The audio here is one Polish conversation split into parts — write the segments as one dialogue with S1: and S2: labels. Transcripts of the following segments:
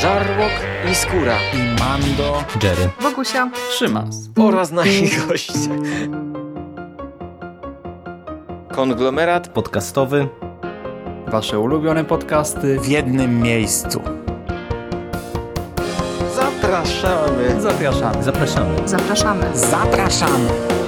S1: Żarłok i Skóra
S2: i Mando,
S3: Jerry,
S4: Wokusia,
S3: Szymas
S1: oraz nasi goście. Konglomerat
S3: podcastowy.
S2: wasze ulubione podcasty w jednym miejscu.
S1: Zapraszamy.
S2: Zapraszamy.
S3: Zapraszamy.
S4: zapraszamy.
S2: Zapraszamy.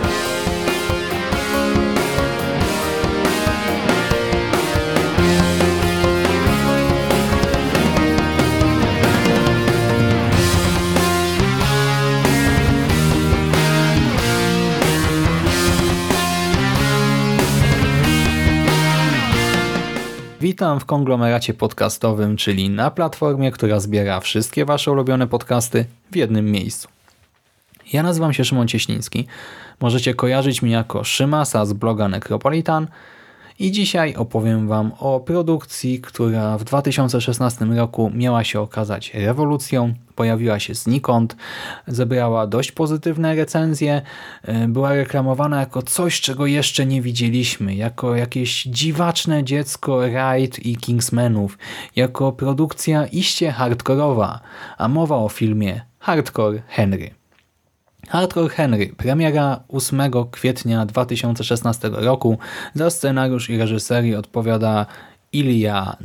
S2: Witam w konglomeracie podcastowym, czyli na platformie, która zbiera wszystkie wasze ulubione podcasty w jednym miejscu. Ja nazywam się Szymon Cieśliński. Możecie kojarzyć mnie jako Szymasa z bloga Necropolitan i dzisiaj opowiem wam o produkcji, która w 2016 roku miała się okazać rewolucją, pojawiła się znikąd, zebrała dość pozytywne recenzje, była reklamowana jako coś, czego jeszcze nie widzieliśmy, jako jakieś dziwaczne dziecko Raid i Kingsmanów, jako produkcja iście hardkorowa, a mowa o filmie Hardcore Henry. Hardcore Henry, premiera 8 kwietnia 2016 roku. Za scenariusz i reżyserię odpowiada Ilya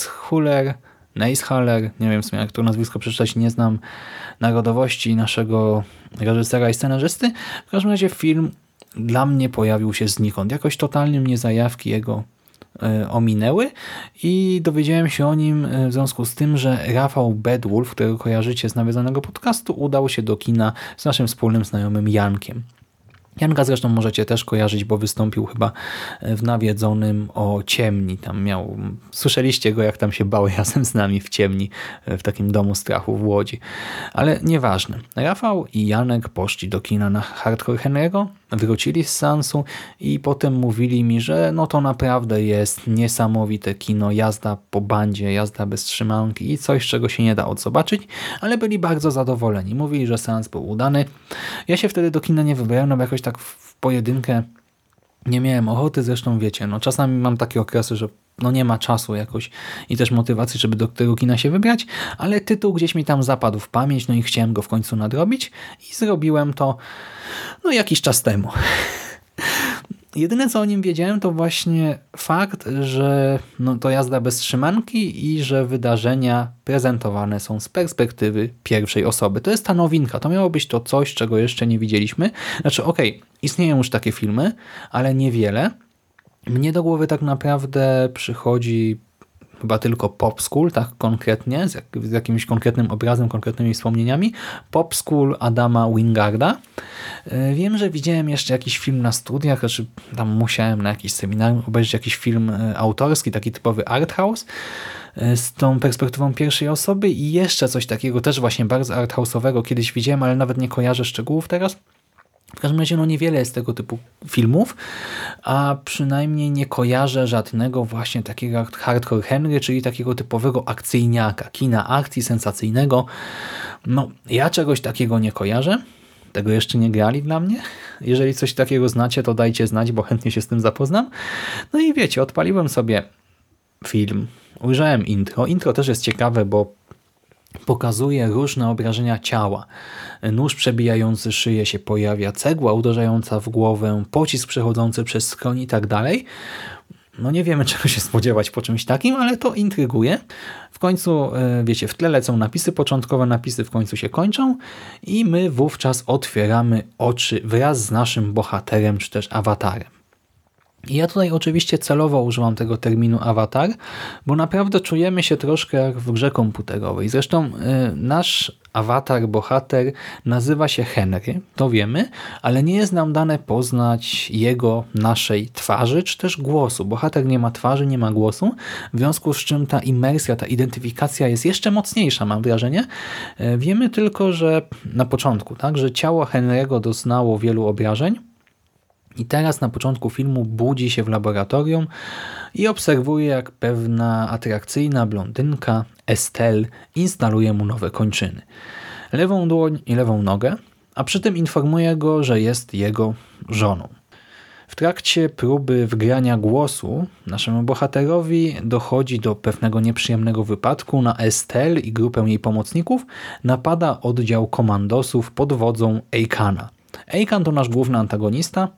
S2: Neishaller, nie wiem w sumie jak to nazwisko przeczytać, nie znam narodowości naszego reżysera i scenarzysty. W każdym razie film dla mnie pojawił się znikąd. Jakoś totalnie mnie zajawki jego ominęły i dowiedziałem się o nim w związku z tym, że Rafał Bedwulf, którego kojarzycie z nawiedzonego podcastu, udał się do kina z naszym wspólnym znajomym Jankiem. Janka zresztą możecie też kojarzyć, bo wystąpił chyba w nawiedzonym o Ciemni. Słyszeliście go, jak tam się bał razem z nami w Ciemni, w takim domu strachu w Łodzi. Ale nieważne. Rafał i Janek poszli do kina na Hardcore Henry'ego, wrócili z seansu i potem mówili mi, że no to naprawdę jest niesamowite kino, jazda po bandzie, jazda bez trzymanki i coś, czego się nie da odzobaczyć, ale byli bardzo zadowoleni. Mówili, że seans był udany. Ja się wtedy do kina nie wybrałem, no bo jakoś tak w pojedynkę nie miałem ochoty, zresztą wiecie, no czasami mam takie okresy, że no nie ma czasu jakoś i też motywacji, żeby do którego kina się wybrać, ale tytuł gdzieś mi tam zapadł w pamięć, no i chciałem go w końcu nadrobić i zrobiłem to no jakiś czas temu. Jedyne co o nim wiedziałem to właśnie fakt, że no to jazda bez trzymanki i że wydarzenia prezentowane są z perspektywy pierwszej osoby. To jest ta nowinka, to miało być to coś, czego jeszcze nie widzieliśmy. Znaczy istnieją już takie filmy, ale niewiele. Mnie do głowy tak naprawdę przychodzi chyba tylko Pop School, tak konkretnie, z jakimś konkretnym obrazem, konkretnymi wspomnieniami. Pop School Adama Wingarda. Wiem, że widziałem jeszcze jakiś film na studiach, znaczy tam musiałem na jakiś seminarium obejrzeć jakiś film autorski, taki typowy art house z tą perspektywą pierwszej osoby i jeszcze coś takiego też właśnie bardzo art house'owego kiedyś widziałem, ale nawet nie kojarzę szczegółów teraz. W każdym razie niewiele jest tego typu filmów, a przynajmniej nie kojarzę żadnego właśnie takiego jak Hardcore Henry, czyli takiego typowego akcyjniaka, kina akcji sensacyjnego. No, ja czegoś takiego nie kojarzę. Tego jeszcze nie grali dla mnie. Jeżeli coś takiego znacie, to dajcie znać, bo chętnie się z tym zapoznam. No i wiecie, odpaliłem sobie film, ujrzałem intro. Intro też jest ciekawe, bo pokazuje różne obrażenia ciała. Nóż przebijający szyję się pojawia, cegła uderzająca w głowę, pocisk przechodzący przez skroń i tak dalej. No nie wiemy czego się spodziewać po czymś takim, ale to intryguje. W końcu, wiecie, w tle lecą napisy początkowe, napisy w końcu się kończą i my wówczas otwieramy oczy wraz z naszym bohaterem czy też awatarem. I ja tutaj oczywiście celowo używam tego terminu awatar, bo naprawdę czujemy się troszkę jak w grze komputerowej. Zresztą nasz awatar, bohater nazywa się Henry, to wiemy, ale nie jest nam dane poznać jego, naszej twarzy, czy też głosu. Bohater nie ma twarzy, nie ma głosu, w związku z czym ta imersja, ta identyfikacja jest jeszcze mocniejsza, mam wrażenie. Wiemy tylko, że na początku, tak, że ciało Henry'ego doznało wielu obrażeń, i teraz na początku filmu budzi się w laboratorium i obserwuje, jak pewna atrakcyjna blondynka Estelle instaluje mu nowe kończyny. Lewą dłoń i lewą nogę, a przy tym informuje go, że jest jego żoną. W trakcie próby wgrania głosu naszemu bohaterowi dochodzi do pewnego nieprzyjemnego wypadku. Na Estelle i grupę jej pomocników napada oddział komandosów pod wodzą Eikana. Eikan to nasz główny antagonista,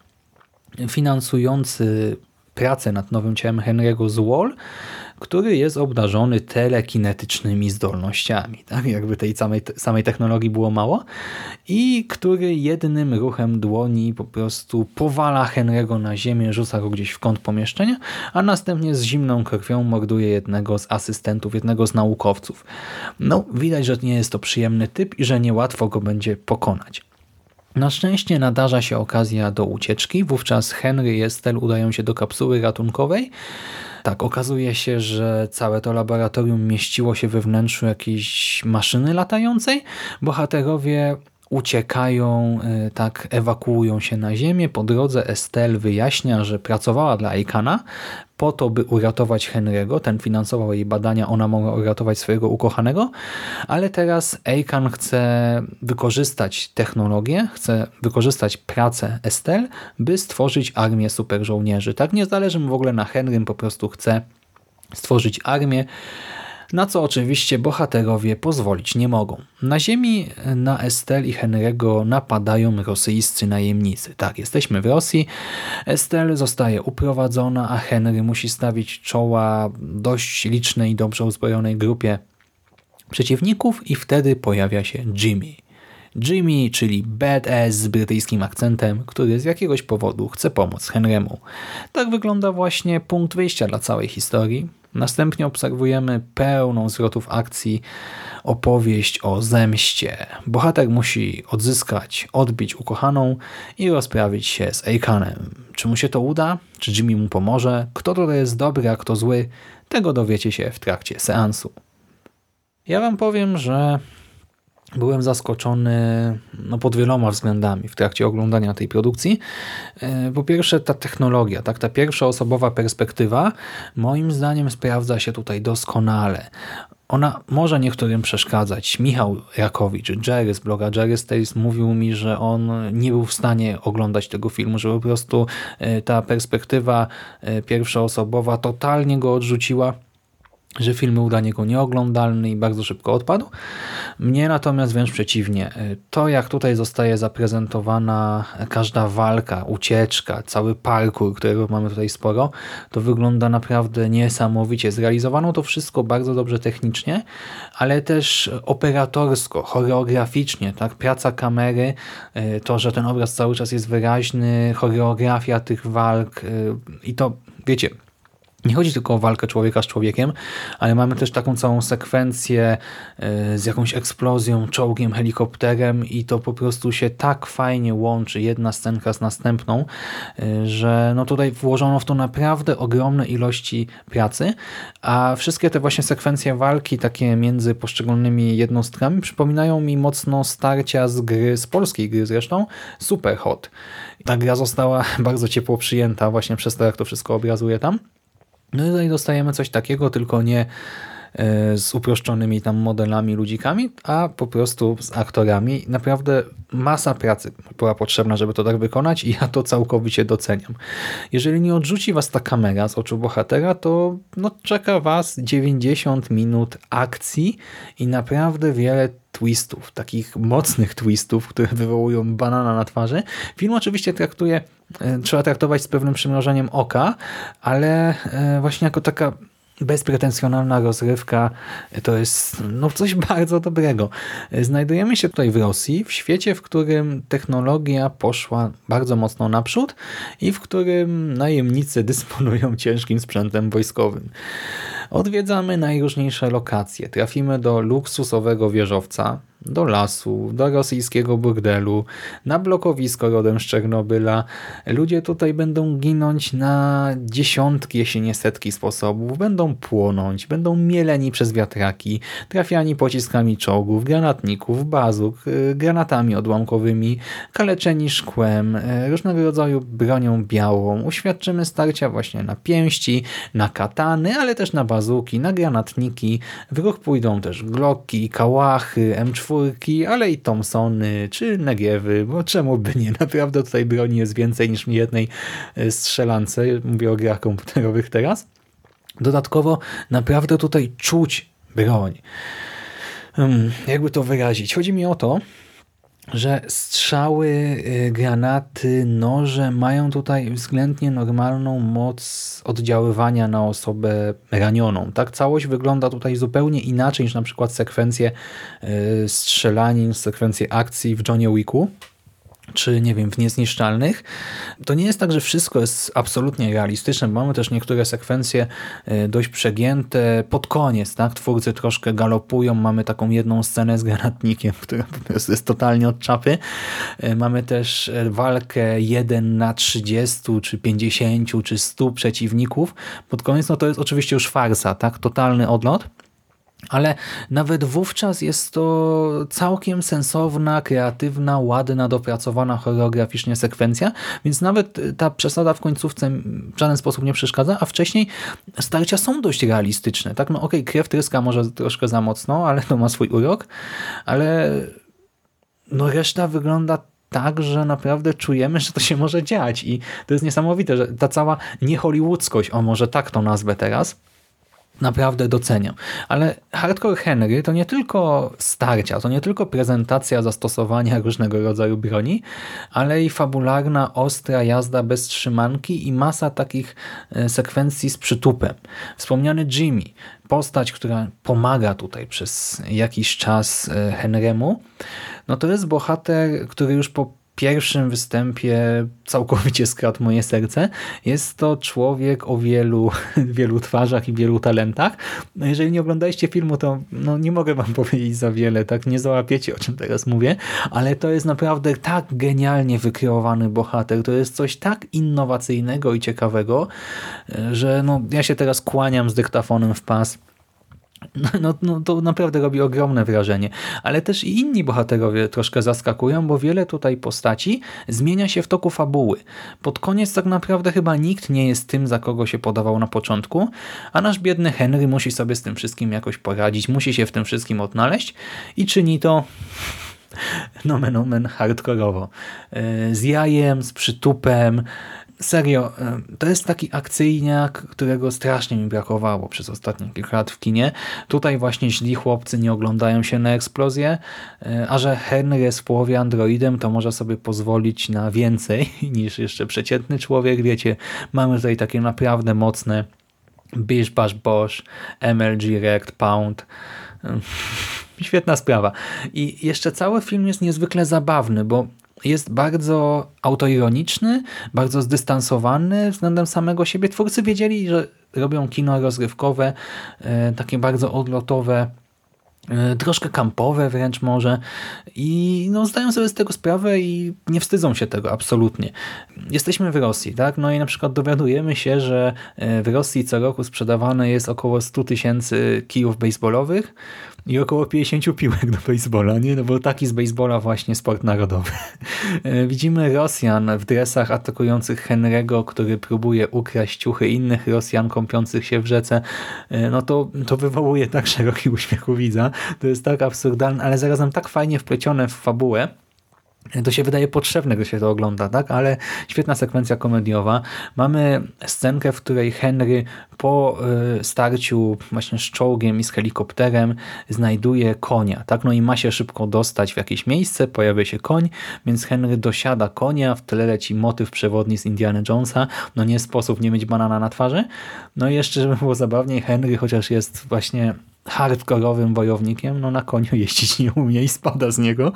S2: finansujący pracę nad nowym ciałem Henry'ego z Wall, który jest obdarzony telekinetycznymi zdolnościami. Tak? Jakby tej samej technologii było mało. I który jednym ruchem dłoni po prostu powala Henry'ego na ziemię, rzuca go gdzieś w kąt pomieszczenia, a następnie z zimną krwią morduje jednego z asystentów, jednego z naukowców. No, widać, że nie jest to przyjemny typ i że niełatwo go będzie pokonać. Na szczęście nadarza się okazja do ucieczki. Wówczas Henry i Estelle udają się do kapsuły ratunkowej. Tak, okazuje się, że całe to laboratorium mieściło się we wnętrzu jakiejś maszyny latającej. Bohaterowie uciekają, tak, ewakuują się na ziemię. Po drodze Estelle wyjaśnia, że pracowała dla Eikana po to, by uratować Henry'ego. Ten finansował jej badania, ona mogła uratować swojego ukochanego, ale teraz Eikan chce wykorzystać technologię, chce wykorzystać pracę Estelle, by stworzyć armię super żołnierzy. Tak, nie zależy mu w ogóle na Henrym, po prostu chce stworzyć armię, na co oczywiście bohaterowie pozwolić nie mogą. Na ziemi na Estelle i Henry'ego napadają rosyjscy najemnicy. Tak, jesteśmy w Rosji. Estelle zostaje uprowadzona, a Henry musi stawić czoła dość licznej i dobrze uzbrojonej grupie przeciwników i wtedy pojawia się Jimmy. Jimmy, czyli badass z brytyjskim akcentem, który z jakiegoś powodu chce pomóc Henry'emu. Tak wygląda właśnie punkt wyjścia dla całej historii. Następnie obserwujemy pełną zwrotów akcji opowieść o zemście. Bohater musi odbić ukochaną i rozprawić się z Eikanem. Czy mu się to uda? Czy Jimmy mu pomoże? Kto to jest dobry, a kto zły? Tego dowiecie się w trakcie seansu. Ja wam powiem, że byłem zaskoczony pod wieloma względami w trakcie oglądania tej produkcji. Po pierwsze ta technologia, tak, ta pierwszoosobowa perspektywa moim zdaniem sprawdza się tutaj doskonale. Ona może niektórym przeszkadzać. Michał Rakowicz, Jerry z bloga Jerry Tales mówił mi, że on nie był w stanie oglądać tego filmu, że po prostu ta perspektywa pierwszoosobowa totalnie go odrzuciła, że film był dla niego nieoglądalny i bardzo szybko odpadł. Mnie natomiast wręcz przeciwnie. To, jak tutaj zostaje zaprezentowana każda walka, ucieczka, cały parkour, którego mamy tutaj sporo, to wygląda naprawdę niesamowicie. Zrealizowano to wszystko bardzo dobrze technicznie, ale też operatorsko, choreograficznie, tak? Praca kamery, to, że ten obraz cały czas jest wyraźny, choreografia tych walk i to, wiecie, nie chodzi tylko o walkę człowieka z człowiekiem, ale mamy też taką całą sekwencję z jakąś eksplozją, czołgiem, helikopterem i to po prostu się tak fajnie łączy jedna scenka z następną, że no tutaj włożono w to naprawdę ogromne ilości pracy, a wszystkie te właśnie sekwencje walki takie między poszczególnymi jednostkami przypominają mi mocno starcia z polskiej gry zresztą, Super Hot. Ta gra została bardzo ciepło przyjęta właśnie przez to, jak to wszystko obrazuje tam. No i tutaj dostajemy coś takiego, tylko nie z uproszczonymi tam modelami, ludzikami, a po prostu z aktorami. Naprawdę masa pracy była potrzebna, żeby to tak wykonać i ja to całkowicie doceniam. Jeżeli nie odrzuci was ta kamera z oczu bohatera, to no, czeka was 90 minut akcji i naprawdę wiele twistów, takich mocnych twistów, które wywołują banana na twarzy. Film oczywiście trzeba traktować z pewnym przymrożeniem oka, ale właśnie jako taka bezpretensjonalna rozrywka to jest no, coś bardzo dobrego. Znajdujemy się tutaj w Rosji, w świecie, w którym technologia poszła bardzo mocno naprzód i w którym najemnicy dysponują ciężkim sprzętem wojskowym. Odwiedzamy najróżniejsze lokacje. Trafimy do luksusowego wieżowca, do lasu, do rosyjskiego burdelu, na blokowisko rodem z Czernobyla. Ludzie tutaj będą ginąć na dziesiątki, jeśli nie setki sposobów. Będą płonąć, będą mieleni przez wiatraki, trafiani pociskami czołgów, granatników, bazuk, granatami odłamkowymi, kaleczeni szkłem, różnego rodzaju bronią białą. Uświadczymy starcia właśnie na pięści, na katany, ale też na bazuki, na granatniki. W ruch pójdą też glocki, kałachy, M4, M4, ale i Thompsony, czy Negiewy, bo czemu by nie? Naprawdę tutaj broni jest więcej niż w jednej strzelance. Mówię o grach komputerowych teraz. Dodatkowo naprawdę tutaj czuć broń. Jakby to wyrazić? Chodzi mi o to, że strzały, granaty, noże mają tutaj względnie normalną moc oddziaływania na osobę ranioną. Tak, całość wygląda tutaj zupełnie inaczej niż na przykład sekwencje strzelanin, sekwencje akcji w Johnie Wicku, czy nie wiem, w Niezniszczalnych. To nie jest tak, że wszystko jest absolutnie realistyczne, bo mamy też niektóre sekwencje dość przegięte. Pod koniec, tak, twórcy troszkę galopują, mamy taką jedną scenę z granatnikiem, która po prostu jest totalnie od czapy. Mamy też walkę 1 na 30, czy 50, czy 100 przeciwników. Pod koniec, no to jest oczywiście już farsa, tak, totalny odlot. Ale nawet wówczas jest to całkiem sensowna, kreatywna, ładna, dopracowana choreograficznie sekwencja, więc nawet ta przesada w końcówce w żaden sposób nie przeszkadza, a wcześniej starcia są dość realistyczne. Tak, no okej, krew tryska może troszkę za mocno, ale to ma swój urok, ale no reszta wygląda tak, że naprawdę czujemy, że to się może dziać i to jest niesamowite, że ta cała niehollywoodzkość, o może tak to nazwę teraz, naprawdę doceniam. Ale Hardcore Henry to nie tylko starcia, to nie tylko prezentacja zastosowania różnego rodzaju broni, ale i fabularna, ostra jazda bez trzymanki i masa takich sekwencji z przytupem. Wspomniany Jimmy, postać, która pomaga tutaj przez jakiś czas Henry'emu, no to jest bohater, który już po pierwszym występie całkowicie skradł moje serce. Jest to człowiek o wielu twarzach i wielu talentach. No jeżeli nie oglądaliście filmu, to no nie mogę wam powiedzieć za wiele, tak nie załapiecie, o czym teraz mówię, ale to jest naprawdę tak genialnie wykreowany bohater. To jest coś tak innowacyjnego i ciekawego, że no, ja się teraz kłaniam z dyktafonem w pas. No to naprawdę robi ogromne wrażenie. Ale też i inni bohaterowie troszkę zaskakują, bo wiele tutaj postaci zmienia się w toku fabuły. Pod koniec tak naprawdę chyba nikt nie jest tym, za kogo się podawał na początku, a nasz biedny Henry musi sobie z tym wszystkim jakoś poradzić, musi się w tym wszystkim odnaleźć i czyni to nomen omen hardkorowo. Z jajem, z przytupem. Serio, to jest taki akcyjniak, którego strasznie mi brakowało przez ostatnie kilka lat w kinie. Tutaj właśnie źli chłopcy nie oglądają się na eksplozję, a że Henry jest w połowie androidem, to może sobie pozwolić na więcej niż jeszcze przeciętny człowiek. Wiecie, mamy tutaj takie naprawdę mocne bish, bash, bosh, MLG, rect, pound. Świetna sprawa. I jeszcze cały film jest niezwykle zabawny, bo jest bardzo autoironiczny, bardzo zdystansowany względem samego siebie. Twórcy wiedzieli, że robią kino rozrywkowe, takie bardzo odlotowe, troszkę kampowe wręcz może i no, zdają sobie z tego sprawę i nie wstydzą się tego absolutnie. Jesteśmy w Rosji, tak? No i na przykład dowiadujemy się, że w Rosji co roku sprzedawane jest około 100 000 kijów baseballowych i około 50 piłek do baseballa, nie? No bo taki z baseballa właśnie sport narodowy. Widzimy Rosjan w dresach atakujących Henry'ego, który próbuje ukraść ciuchy innych Rosjan kąpiących się w rzece. No to wywołuje tak szeroki uśmiech u widza. To jest tak absurdalne, ale zarazem tak fajnie wplecione w fabułę. To się wydaje potrzebne, gdy się to ogląda, tak? Ale świetna sekwencja komediowa. Mamy scenkę, w której Henry po starciu właśnie z czołgiem i z helikopterem znajduje konia, tak? No i ma się szybko dostać w jakieś miejsce, pojawia się koń, więc Henry dosiada konia, w tle leci motyw przewodni z Indiana Jonesa. No nie sposób nie mieć banana na twarzy. No i jeszcze, żeby było zabawniej, Henry, chociaż jest właśnie hardkorowym wojownikiem, no na koniu jeździć nie umie i spada z niego.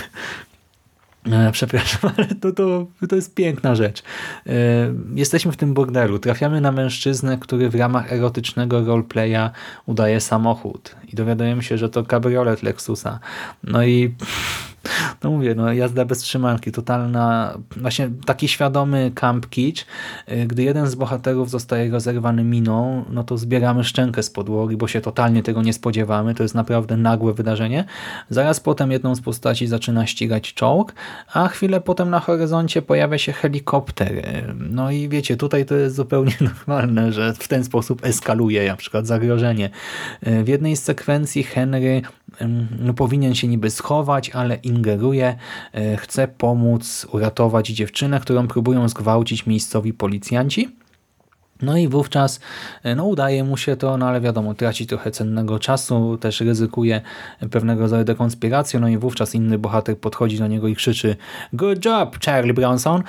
S2: Przepraszam, ale to jest piękna rzecz. Jesteśmy w tym bordelu. Trafiamy na mężczyznę, który w ramach erotycznego roleplaya udaje samochód. I dowiadujemy się, że to kabriolet Lexusa. No i no mówię, no jazda bez trzymanki, totalna, właśnie taki świadomy camp kitsch. Gdy jeden z bohaterów zostaje rozerwany miną, no to zbieramy szczękę z podłogi, bo się totalnie tego nie spodziewamy. To jest naprawdę nagłe wydarzenie. Zaraz potem jedną z postaci zaczyna ścigać czołg, a chwilę potem na horyzoncie pojawia się helikopter. No i wiecie, tutaj to jest zupełnie normalne, że w ten sposób eskaluje na przykład zagrożenie. W jednej z sekwencji Henry no, powinien się niby schować, ale ingeruje, chce pomóc uratować dziewczynę, którą próbują zgwałcić miejscowi policjanci. No i wówczas no, udaje mu się to, no ale wiadomo, traci trochę cennego czasu, też ryzykuje pewnego rodzaju dekonspirację, no i wówczas inny bohater podchodzi do niego i krzyczy "Good job, Charlie Bronson!"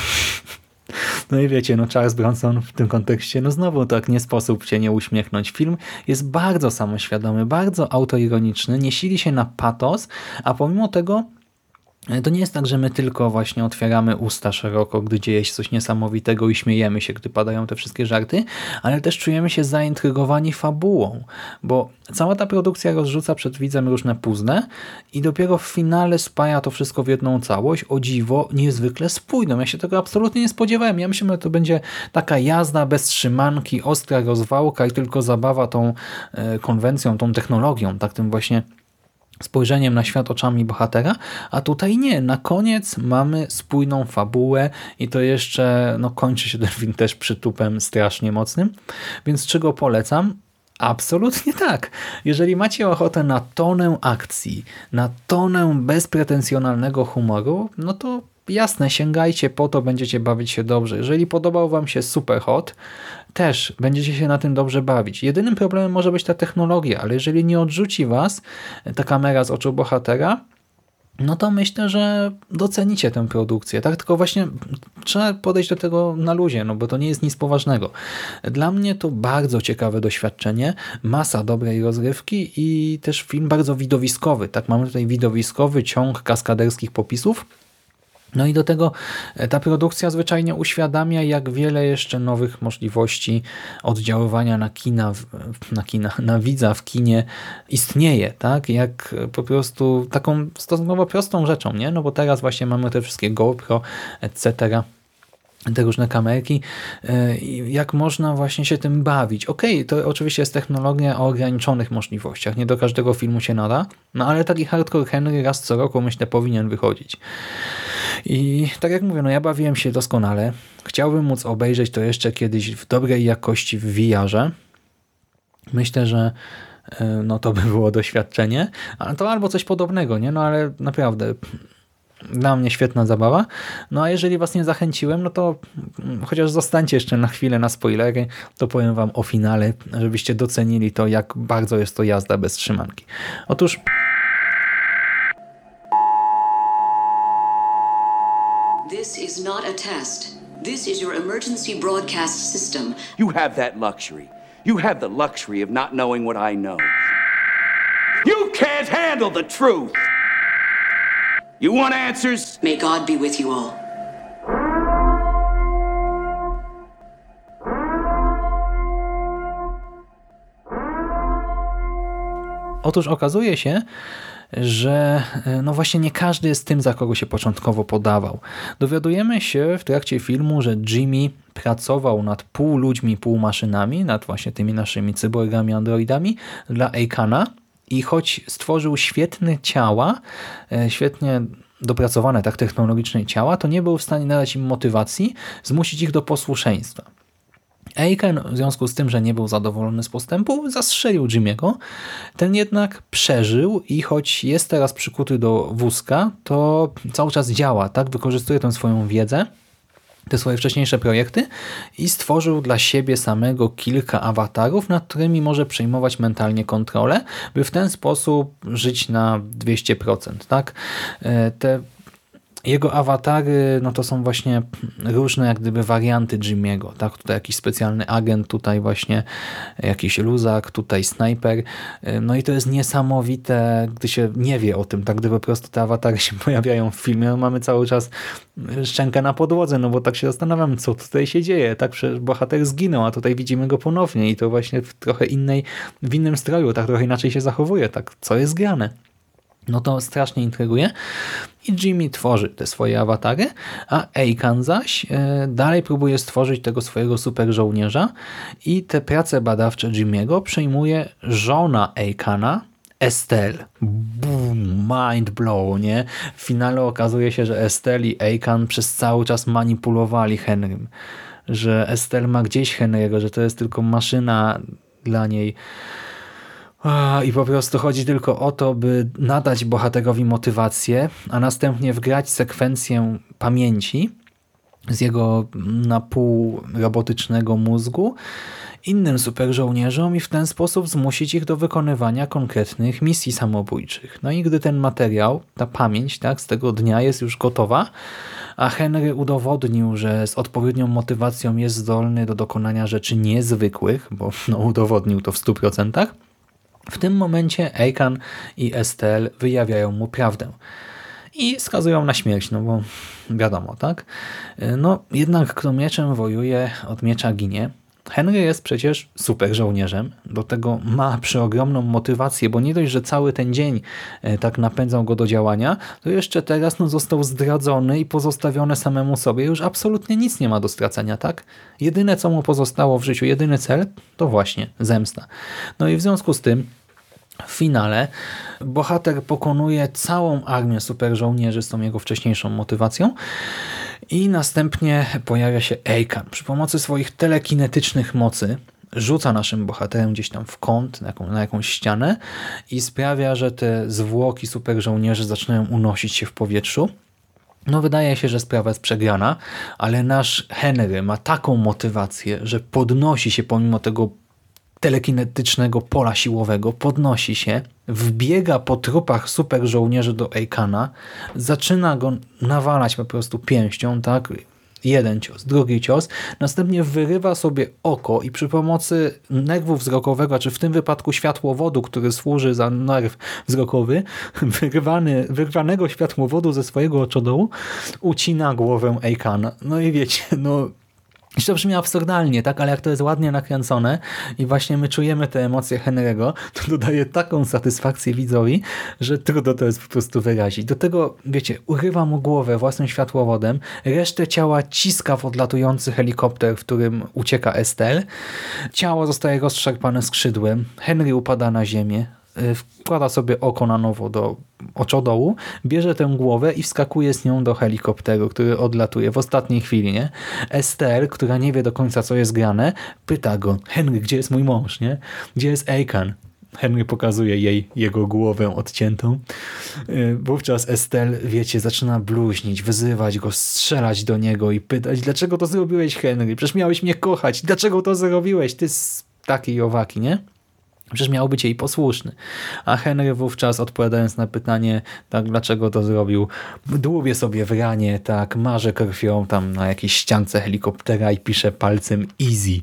S2: No i wiecie, no Charles Bronson w tym kontekście, no znowu tak nie sposób się nie uśmiechnąć. Film jest bardzo samoświadomy, bardzo autoironiczny, nie sili się na patos, a pomimo tego to nie jest tak, że my tylko właśnie otwieramy usta szeroko, gdy dzieje się coś niesamowitego i śmiejemy się, gdy padają te wszystkie żarty, ale też czujemy się zaintrygowani fabułą, bo cała ta produkcja rozrzuca przed widzem różne puzzle i dopiero w finale spaja to wszystko w jedną całość, o dziwo, niezwykle spójną. Ja się tego absolutnie nie spodziewałem. Ja myślałem, że to będzie taka jazda bez trzymanki, ostra rozwałka i tylko zabawa tą konwencją, tą technologią, tak tym właśnie spojrzeniem na świat oczami bohatera, a tutaj nie. Na koniec mamy spójną fabułę i to jeszcze no, kończy się ten film też przytupem strasznie mocnym, więc czy go polecam? Absolutnie tak. Jeżeli macie ochotę na tonę akcji, na tonę bezpretensjonalnego humoru, no to jasne, sięgajcie po to, będziecie bawić się dobrze. Jeżeli podobał wam się Superhot, też będziecie się na tym dobrze bawić. Jedynym problemem może być ta technologia, ale jeżeli nie odrzuci was ta kamera z oczu bohatera, no to myślę, że docenicie tę produkcję. Tak, tylko właśnie trzeba podejść do tego na luzie, no bo to nie jest nic poważnego. Dla mnie to bardzo ciekawe doświadczenie, masa dobrej rozrywki i też film bardzo widowiskowy. Tak, mamy tutaj widowiskowy ciąg kaskaderskich popisów. No i do tego ta produkcja zwyczajnie uświadamia, jak wiele jeszcze nowych możliwości oddziaływania na widza w kinie istnieje, tak? Jak po prostu taką stosunkowo prostą rzeczą, nie? No bo teraz właśnie mamy te wszystkie GoPro, etc., te różne kamerki, jak można właśnie się tym bawić. Okej, to oczywiście jest technologia o ograniczonych możliwościach, nie do każdego filmu się nada, no ale taki Hardcore Henry raz co roku, myślę, powinien wychodzić. I tak jak mówię, no ja bawiłem się doskonale. Chciałbym móc obejrzeć to jeszcze kiedyś w dobrej jakości w VR-ze. Myślę, że no to by było doświadczenie, ale to albo coś podobnego, nie? No ale naprawdę dla mnie świetna zabawa. No a jeżeli was nie zachęciłem, no to chociaż zostańcie jeszcze na chwilę na spoilery, to powiem wam o finale, żebyście docenili to, jak bardzo jest to jazda bez trzymanki. Otóż
S3: This is not a test. This is your emergency broadcast system.
S4: You have that luxury. You have the luxury of not knowing what I know. You can't handle the truth! You want answers?
S3: May God be with you all.
S2: otóż okazuje się, że no właśnie nie każdy jest tym, za kogo się początkowo podawał. Dowiadujemy się w trakcie filmu, że Jimmy pracował nad pół ludźmi, pół maszynami, nad właśnie tymi naszymi cyborgami, androidami dla Akana i choć stworzył świetne ciała, świetnie dopracowane tak technologicznie ciała, to nie był w stanie nadać im motywacji, zmusić ich do posłuszeństwa. Akan w związku z tym, że nie był zadowolony z postępu, zastrzelił Jimmy'ego. Ten jednak przeżył i choć jest teraz przykuty do wózka, to cały czas działa, tak? Wykorzystuje tę swoją wiedzę, te swoje wcześniejsze projekty i stworzył dla siebie samego kilka awatarów, nad którymi może przejmować mentalnie kontrolę, by w ten sposób żyć na 200%. Tak? Te jego awatary no to są właśnie różne jak gdyby warianty Jimmy'ego. Tak? Tutaj jakiś specjalny agent, tutaj właśnie jakiś luzak, tutaj snajper. No i to jest niesamowite, gdy się nie wie o tym, tak gdy po prostu te awatary się pojawiają w filmie. No mamy cały czas szczękę na podłodze, no bo tak się zastanawiam, co tutaj się dzieje. Tak, przecież bohater zginął, a tutaj widzimy go ponownie i to właśnie w trochę w innym stroju, tak trochę inaczej się zachowuje. Tak, co jest grane? No to strasznie intryguje i Jimmy tworzy te swoje awatary, a Akan zaś dalej próbuje stworzyć tego swojego super żołnierza i te prace badawcze Jimmy'ego przejmuje żona Akana, Estelle. Boom, mind blow, nie? W finale okazuje się, że Estelle i Akan przez cały czas manipulowali Henrym, że Estelle ma gdzieś Henry'ego, że to jest tylko maszyna dla niej. I po prostu chodzi tylko o to, by nadać bohaterowi motywację, a następnie wgrać sekwencję pamięci z jego na pół robotycznego mózgu innym superżołnierzom i w ten sposób zmusić ich do wykonywania konkretnych misji samobójczych. No i gdy ten materiał, ta pamięć z tego dnia jest już gotowa, a Henry udowodnił, że z odpowiednią motywacją jest zdolny do dokonania rzeczy niezwykłych, bo udowodnił to w 100%, w tym momencie Akan i Estelle wyjawiają mu prawdę i skazują na śmierć, no bo wiadomo, tak? No jednak kto mieczem wojuje, od miecza ginie. Henry jest przecież super żołnierzem, do tego ma przeogromną motywację, bo nie dość, że cały ten dzień tak napędzał go do działania, to jeszcze teraz został zdradzony i pozostawiony samemu sobie. Już absolutnie nic nie ma do stracenia, tak? Jedyne, co mu pozostało w życiu, jedyny cel, to właśnie zemsta. No i w związku z tym w finale bohater pokonuje całą armię super żołnierzy z tą jego wcześniejszą motywacją i następnie pojawia się Akan. Przy pomocy swoich telekinetycznych mocy rzuca naszym bohaterem gdzieś tam w kąt, na jakąś ścianę i sprawia, że te zwłoki super żołnierzy zaczynają unosić się w powietrzu. No wydaje się, że sprawa jest przegrana, ale nasz Henry ma taką motywację, że podnosi się pomimo tego telekinetycznego pola siłowego, podnosi się, wbiega po trupach super żołnierzy do Akana, zaczyna go nawalać po prostu pięścią, tak? Jeden cios, drugi cios, następnie wyrywa sobie oko i przy pomocy nerwu wzrokowego, czy w tym wypadku światłowodu, który służy za nerw wzrokowy, wyrwanego światłowodu ze swojego oczodołu, ucina głowę Akana. No i wiecie, to brzmi absurdalnie, tak? Ale jak to jest ładnie nakręcone i właśnie my czujemy te emocje Henry'ego, to dodaje taką satysfakcję widzowi, że trudno to jest po prostu wyrazić. Do tego, wiecie, urywa mu głowę własnym światłowodem, resztę ciała ciska w odlatujący helikopter, w którym ucieka Estelle. Ciało zostaje rozszarpane skrzydłem, Henry upada na ziemię, wkłada sobie oko na nowo do oczodołu, bierze tę głowę i wskakuje z nią do helikopteru, który odlatuje w ostatniej chwili, nie? Estelle, która nie wie do końca, co jest grane, pyta go: Henry, gdzie jest mój mąż, nie? Gdzie jest Akan? Henry pokazuje jej jego głowę odciętą. Wówczas Estelle, wiecie, zaczyna bluźnić, wyzywać go, strzelać do niego i pytać: dlaczego to zrobiłeś, Henry? Przecież miałeś mnie kochać. Dlaczego to zrobiłeś? Ty taki i owaki, nie? Przecież miał być jej posłuszny. A Henry wówczas, odpowiadając na pytanie, tak, dlaczego to zrobił, dłubie sobie w ranie, tak, marze krwią tam na jakiejś ściance helikoptera i pisze palcem easy.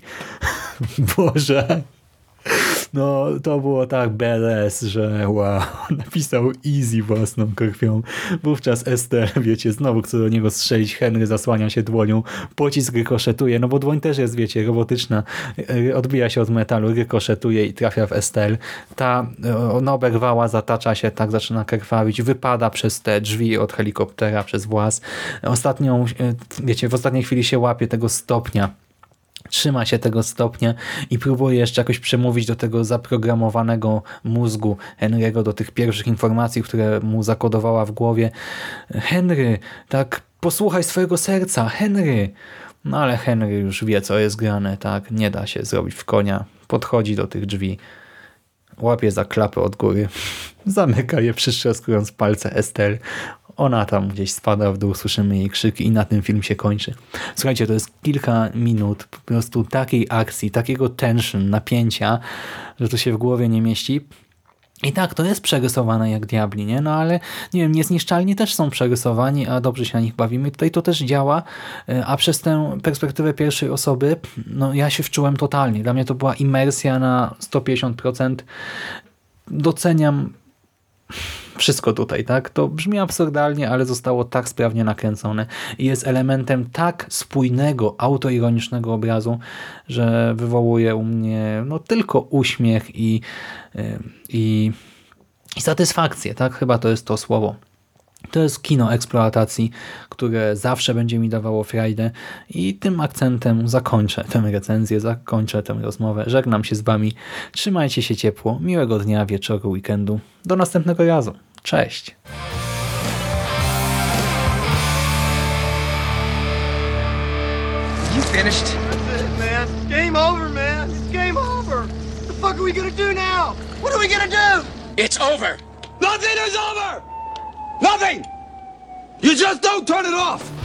S2: Boże. No, to było tak badass, że wow, napisał easy własną krwią. Wówczas Estelle, wiecie, znowu chce do niego strzelić, Henry zasłania się dłonią, pocisk rykoszetuje, no bo dłoń też jest, wiecie, robotyczna, odbija się od metalu, rykoszetuje i trafia w Estelle. Ta oberwała, zatacza się, tak, zaczyna krwawić, wypada przez te drzwi od helikoptera, przez włas. Ostatnią, wiecie, w ostatniej chwili się łapie tego stopnia, trzyma się tego stopnia i próbuje jeszcze jakoś przemówić do tego zaprogramowanego mózgu Henry'ego, do tych pierwszych informacji, które mu zakodowała w głowie. Henry, tak, posłuchaj swojego serca, Henry. No ale Henry już wie, co jest grane, tak, nie da się zrobić w konia. Podchodzi do tych drzwi, łapie za klapy od góry, zamyka je, przytrzaskując palce Estelle. Ona tam gdzieś spada w dół, słyszymy jej krzyki i na tym film się kończy. Słuchajcie, to jest kilka minut po prostu takiej akcji, takiego tension, napięcia, że to się w głowie nie mieści. I tak, to jest przerysowane jak diabli, nie? No ale, nie wiem, Niezniszczalni też są przerysowani, a dobrze się na nich bawimy. Tutaj to też działa, a przez tę perspektywę pierwszej osoby, no ja się wczułem totalnie. Dla mnie to była imersja na 150%. Doceniam wszystko tutaj, tak? To brzmi absurdalnie, ale zostało tak sprawnie nakręcone i jest elementem tak spójnego, autoironicznego obrazu, że wywołuje u mnie no tylko uśmiech i satysfakcję, tak? Chyba to jest to słowo. To jest kino eksploatacji, które zawsze będzie mi dawało frajdę i tym akcentem zakończę tę recenzję, zakończę tę rozmowę. Żegnam się z wami. Trzymajcie się ciepło. Miłego dnia, wieczoru, weekendu. Do następnego razu. Cześć!
S5: You finished?
S6: That's it, man. Game over, man. It's game over. What the fuck are we gonna do now? What are we gonna do?
S4: It's over. Nothing is over. Nothing. You just don't turn it off.